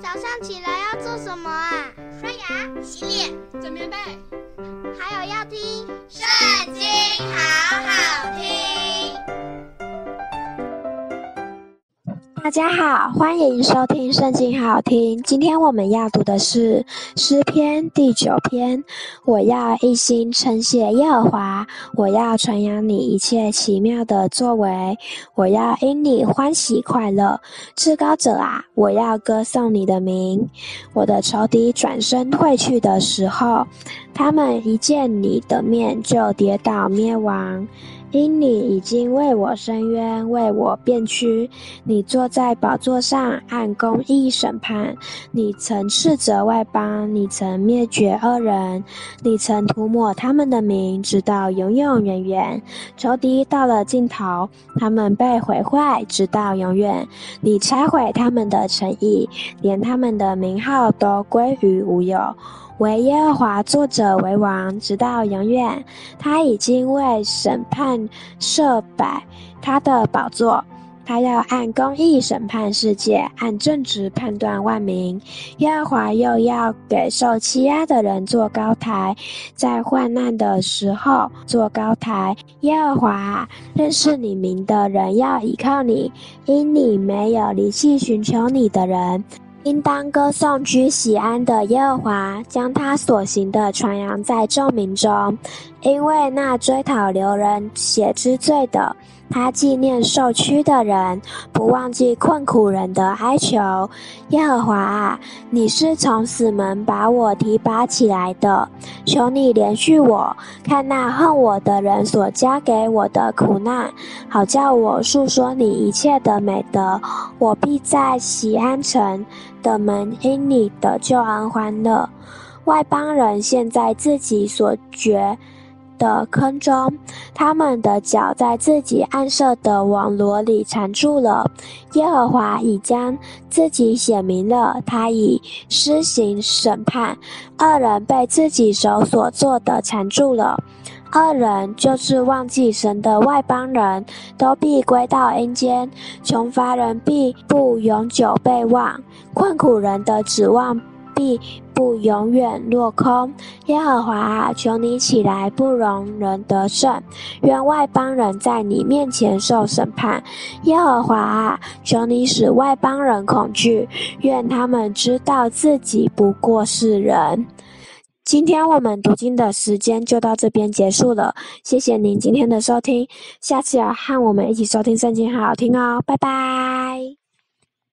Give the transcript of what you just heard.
早上起来要做什么啊？ 刷牙、洗脸、 整棉被， 还有要听《 圣经》，好好听。 大家好，欢迎收听《圣经》好好听。今天我们要读的是诗篇第9篇。我要一心称谢耶和华，我要传扬你一切奇妙的作为，我要因你欢喜快乐。至高者啊，我要歌颂你的名。我的仇敌转身退去的时候，他们一见你的面就跌倒灭亡。因你已经为我伸冤，为我辩屈，你坐在宝座上按公义审判。你曾斥责外邦，你曾灭绝恶人，你曾涂抹他们的名，直到永永远远。仇敌到了尽头，他们被毁坏，直到永远。你拆毁他们的诚意，连他们的名号都归于无有。唯耶和华坐着为王，直到永远。他已经为审判设摆他的宝座，他要按公义审判世界，按正直判断万民。耶和华又要给受欺压的人做高台，在患难的时候做高台。耶和华，认识你名的人要倚靠你，因你没有离弃寻求你的人。应当歌颂居锡安的耶和华，将他所行的传扬在众民中。因为那追讨流人血之罪的，他纪念受屈的人，不忘记困苦人的哀求。耶和华啊，你是从死门把我提拔起来的，求你怜恤我，看那恨我的人所加给我的苦难，好叫我述说你一切的美德。我必在锡安城的门因你的救恩欢乐。外邦人陷在自己所掘的坑中，他们的脚在自己暗设的网罗里缠住了。耶和华已将自己显明了，他已施行审判，恶人被自己手所做的缠住了。恶人就是忘记神的外邦人，都必归到阴间。穷乏人必不永久被忘，困苦人的指望必不永远落空。耶和华啊，求你起来，不容人得胜，愿外邦人在你面前受审判。耶和华啊，求你使外邦人恐惧，愿他们知道自己不过是人。今天我们读经的时间就到这边结束了，谢谢您今天的收听，下次要和我们一起收听圣经好好听哦，拜拜。